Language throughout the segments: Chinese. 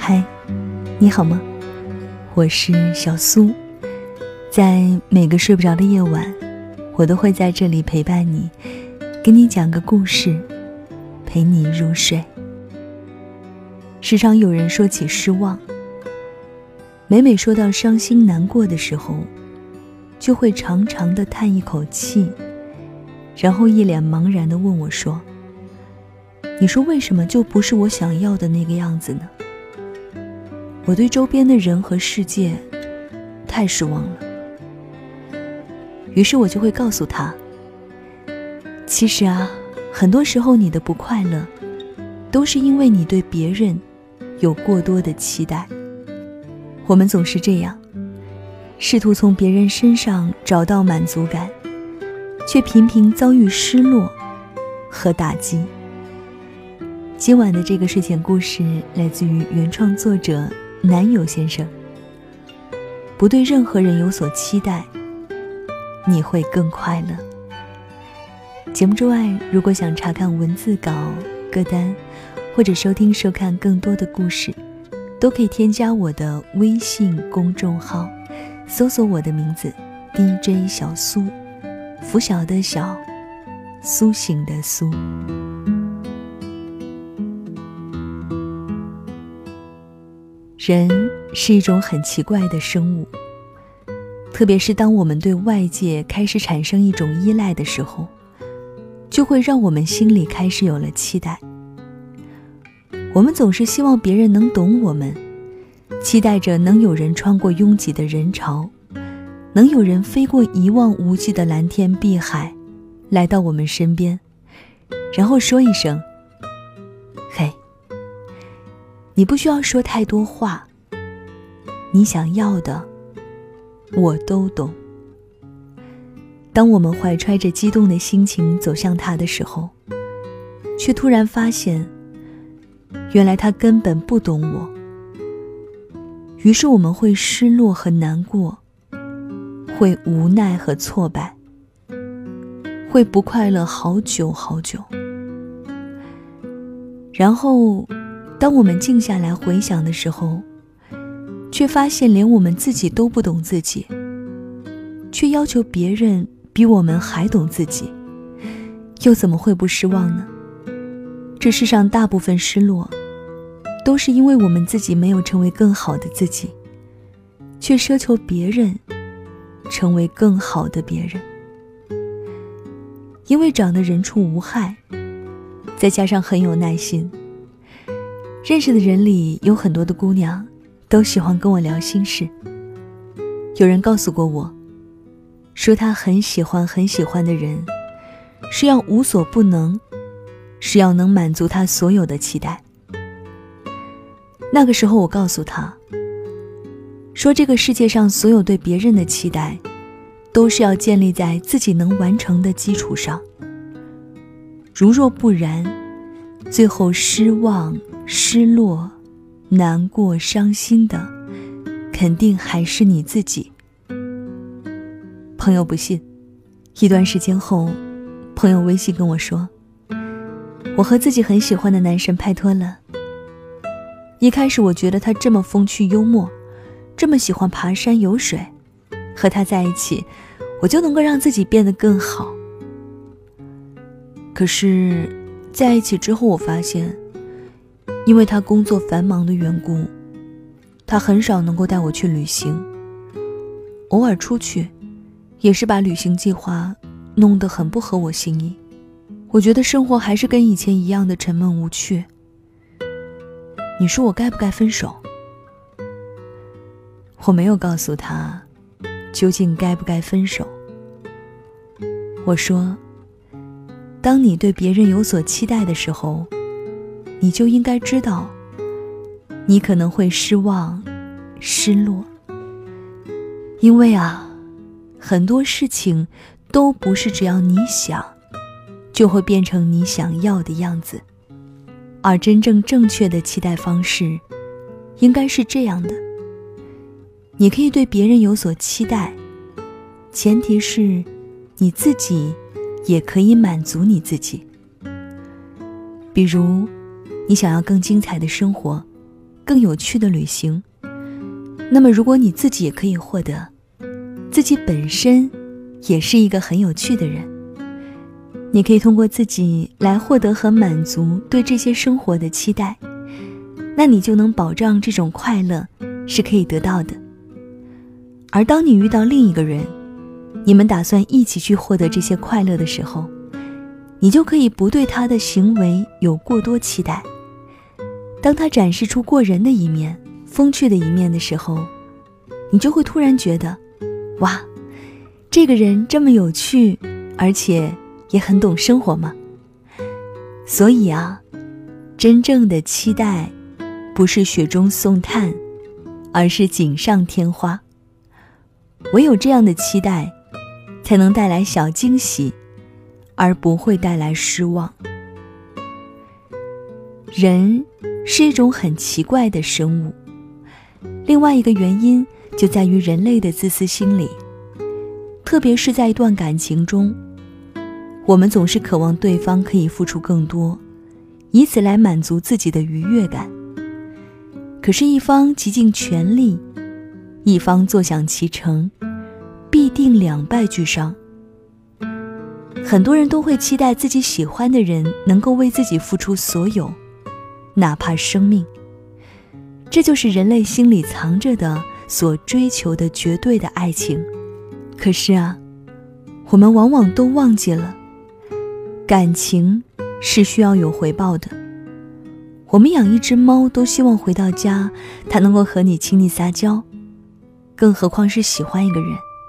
嗨，你好吗？我是小苏，在每个睡不着的夜晚，我都会在这里陪伴你，跟你讲个故事，陪你入睡。时常有人说起失望，每说到伤心难过的时候，就会长长的叹一口气，然后一脸茫然地问我说，你说为什么就不是我想要的那个样子呢？我对周边的人和世界太失望了。于是我就会告诉他，其实很多时候你的不快乐都是因为你对别人有过多的期待。我们总是这样，试图从别人身上找到满足感，却频频遭遇失落和打击。今晚的这个睡前故事来自于原创作者男友先生。不对任何人有所期待，你会更快乐。节目之外，如果想查看文字稿、歌单，或者收听收看更多的故事，都可以添加我的微信公众号，搜索我的名字 DJ 小苏，拂晓的晓，苏醒的苏。人是一种很奇怪的生物，特别是当我们对外界开始产生一种依赖的时候，就会让我们心里开始有了期待。我们总是希望别人能懂我们，期待着能有人穿过拥挤的人潮，能有人飞过一望无际的蓝天碧海，来到我们身边，然后说一声，嘿，你不需要说太多话，你想要的我都懂。当我们怀揣着激动的心情走向他的时候，却突然发现，原来他根本不懂我。于是我们会失落和难过，会无奈和挫败，会不快乐好久好久。然后当我们静下来回想的时候，却发现连我们自己都不懂自己，却要求别人比我们还懂自己，又怎么会不失望呢？这世上大部分失落，都是因为我们自己没有成为更好的自己，却奢求别人成为更好的别人。因为长得人畜无害，再加上很有耐心，认识的人里有很多的姑娘都喜欢跟我聊心事。有人告诉过我，说他很喜欢的人是要无所不能，是要能满足他所有的期待。那个时候我告诉他，说这个世界上所有对别人的期待，都是要建立在自己能完成的基础上。如若不然，最后失望、失落、难过、伤心的，肯定还是你自己。朋友不信，一段时间后，朋友微信跟我说，我和自己很喜欢的男神拍拖了。一开始我觉得他这么风趣幽默，这么喜欢爬山游水，和他在一起，我就能够让自己变得更好。可是在一起之后，我发现因为他工作繁忙的缘故，他很少能够带我去旅行，偶尔出去也是把旅行计划弄得很不合我心意。我觉得生活还是跟以前一样的沉闷无趣。你说我该不该分手？我没有告诉他究竟该不该分手。我说，当你对别人有所期待的时候，你就应该知道，你可能会失望、失落。因为很多事情都不是只要你想，就会变成你想要的样子。而真正正确的期待方式，应该是这样的：你可以对别人有所期待，前提是你自己也可以满足你自己。比如你想要更精彩的生活， 更有趣的旅行，那么如果你自己也可以获得，自己本身也是一个很有趣的人，你可以通过自己来获得和满足对这些生活的期待，那你就能保障这种快乐是可以得到的。而当你遇到另一个人，你们打算一起去获得这些快乐的时候，你就可以不对他的行为有过多期待。当他展示出过人的一面、风趣的一面的时候，你就会突然觉得，哇，这个人这么有趣，而且也很懂生活嘛。所以啊，真正的期待不是雪中送炭，而是锦上添花。唯有这样的期待，才能带来小惊喜，而不会带来失望。人是一种很奇怪的生物，另外一个原因就在于人类的自私心理，特别是在一段感情中，我们总是渴望对方可以付出更多，以此来满足自己的愉悦感。可是一方极尽全力，一方坐享其成，必定两败俱伤。很多人都会期待自己喜欢的人能够为自己付出所有，哪怕生命。这就是人类心里藏着的所追求的绝对的爱情。可是啊，我们往往都忘记了，感情是需要有回报的。我们养一只猫都希望回到家它能够和你亲昵撒娇，更何况是喜欢一个人。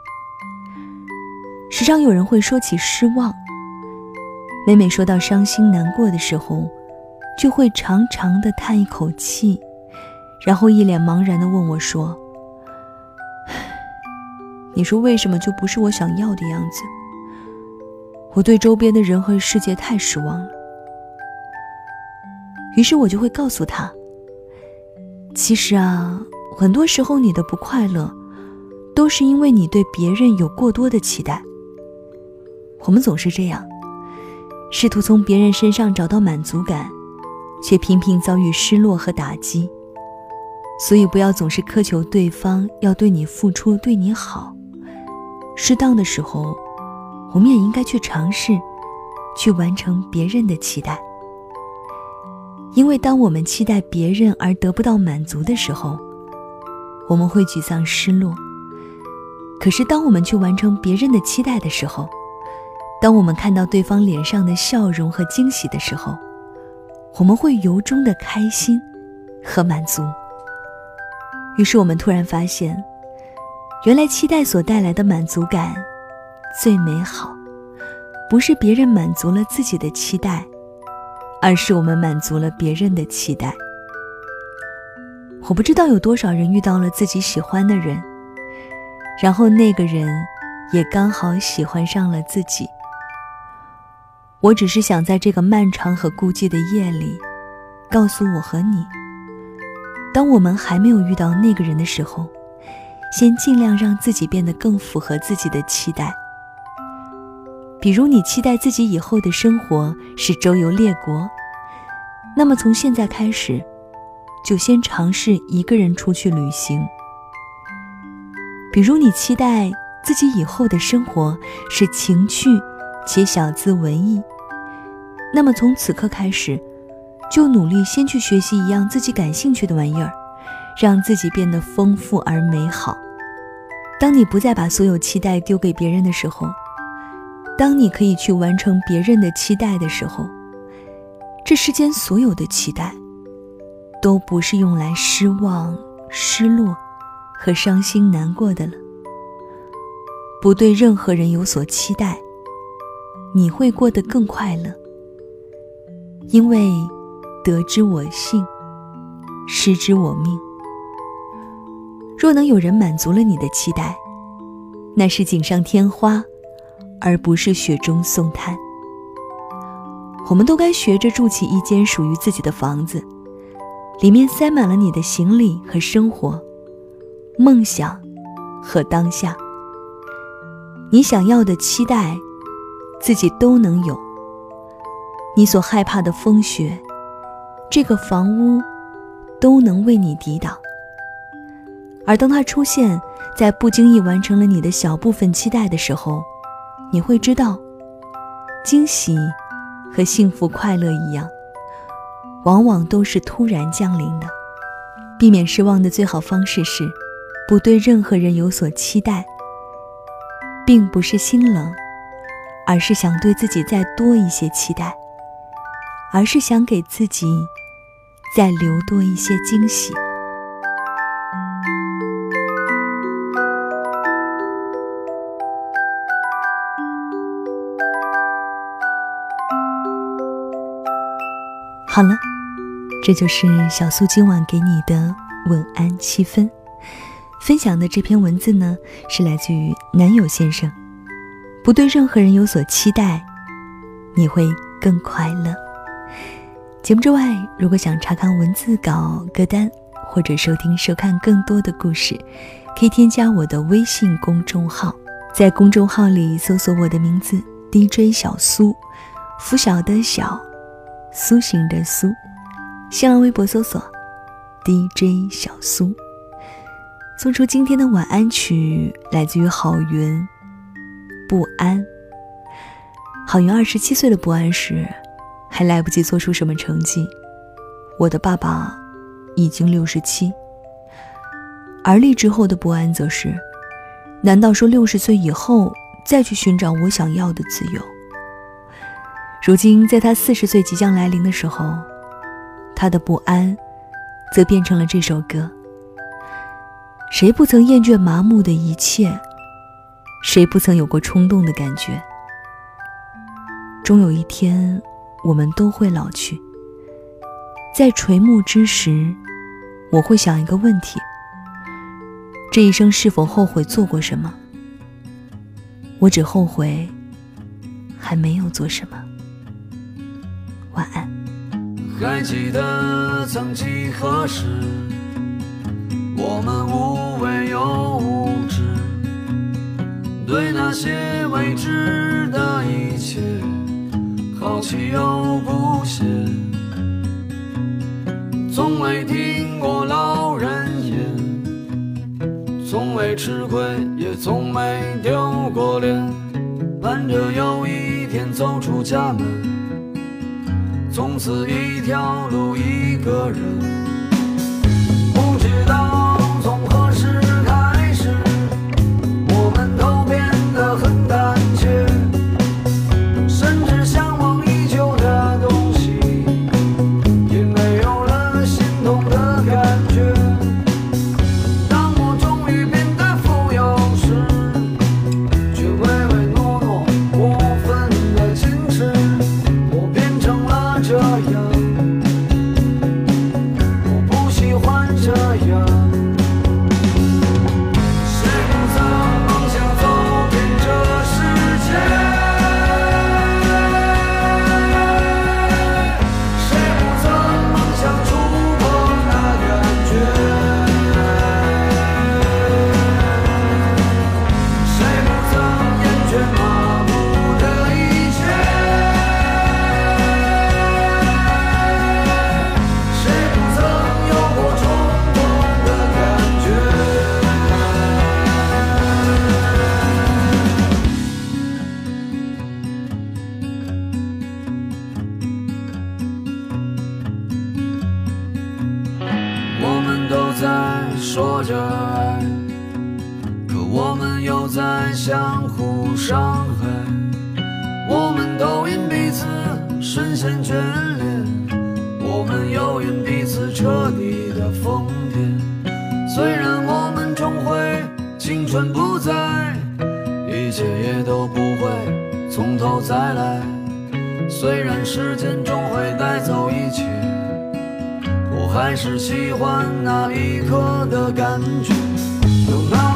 时常有人会说起失望，每每说到伤心难过的时候，就会长长地叹一口气，然后一脸茫然地问我说，你说为什么就不是我想要的样子？我对周边的人和世界太失望了。于是我就会告诉他，其实啊，很多时候你的不快乐都是因为你对别人有过多的期待。我们总是这样，试图从别人身上找到满足感，却频频遭遇失落和打击。所以不要总是苛求对方要对你付出，对你好。适当的时候，我们也应该去尝试，去完成别人的期待。因为当我们期待别人而得不到满足的时候，我们会沮丧失落。可是当我们去完成别人的期待的时候，当我们看到对方脸上的笑容和惊喜的时候，我们会由衷的开心和满足。于是我们突然发现，原来期待所带来的满足感最美好，不是别人满足了自己的期待，而是我们满足了别人的期待。我不知道有多少人遇到了自己喜欢的人，然后那个人也刚好喜欢上了自己。我只是想在这个漫长和孤寂的夜里，告诉我和你，当我们还没有遇到那个人的时候，先尽量让自己变得更符合自己的期待。比如你期待自己以后的生活是周游列国，那么从现在开始，就先尝试一个人出去旅行。比如你期待自己以后的生活是情趣且小资文艺，那么从此刻开始，就努力先去学习一样自己感兴趣的玩意儿，让自己变得丰富而美好。当你不再把所有期待丢给别人的时候，当你可以去完成别人的期待的时候，这世间所有的期待都不是用来失望、失落和伤心难过的了。不对任何人有所期待，你会过得更快乐。因为得之我幸，失之我命。若能有人满足了你的期待，那是锦上添花，而不是雪中送炭。我们都该学着筑起一间属于自己的房子，里面塞满了你的行李和生活、梦想和当下。你想要的期待，自己都能有。你所害怕的风雪，这个房屋都能为你抵挡。而当它出现在不经意完成了你的小部分期待的时候，你会知道，惊喜和幸福快乐一样，往往都是突然降临的。避免失望的最好方式是不对任何人有所期待，并不是心冷，而是想对自己再多一些期待，而是想给自己再留多一些惊喜。好了，这就是小苏今晚给你的晚安7分。分享的这篇文字呢，是来自于男友先生。不对任何人有所期待，你会更快乐。节目之外，如果想查看文字稿、歌单，或者收听收看更多的故事，可以添加我的微信公众号，在公众号里搜索我的名字 DJ 小苏，拂晓的晓，苏醒的苏。新浪微博搜索 DJ 小苏。送出今天的晚安曲，来自于郝云，不安。郝云27岁的不安时，还来不及做出什么成绩，我的爸爸已经67。而立之后的不安则是，难道说60岁以后再去寻找我想要的自由？如今在他40岁即将来临的时候，他的不安则变成了这首歌。谁不曾厌倦麻木的一切？谁不曾有过冲动的感觉？终有一天，我们都会老去。在垂暮之时，我会想一个问题：这一生是否后悔做过什么？我只后悔还没有做什么。晚安。 还记得曾几何时，我们无畏又无知，对那些未知的一切好奇又不屑，从未听过老人言，从未吃亏也从没丢过脸，盼着有一天走出家门，从此一条路一个人。不知道从何时开始，我们都变得很胆怯，甚至向往已久的东西也没有了心动的感觉。当我终于变得富有时，却唯唯诺诺过分的矜持，我变成了这样，我不喜欢这样。谁不曾梦想走遍这世界？谁不曾梦想触碰那感觉？谁不曾厌倦麻木的一切？谁不曾有过冲动的感觉？我们都在说着爱，可我们又在相互伤害。我们都因彼此深陷眷恋，我们又因彼此彻底的疯癫。虽然我们终会青春不在，一切也都不会从头再来。虽然时间终会带走一切，我还是喜欢那一刻的感觉。有那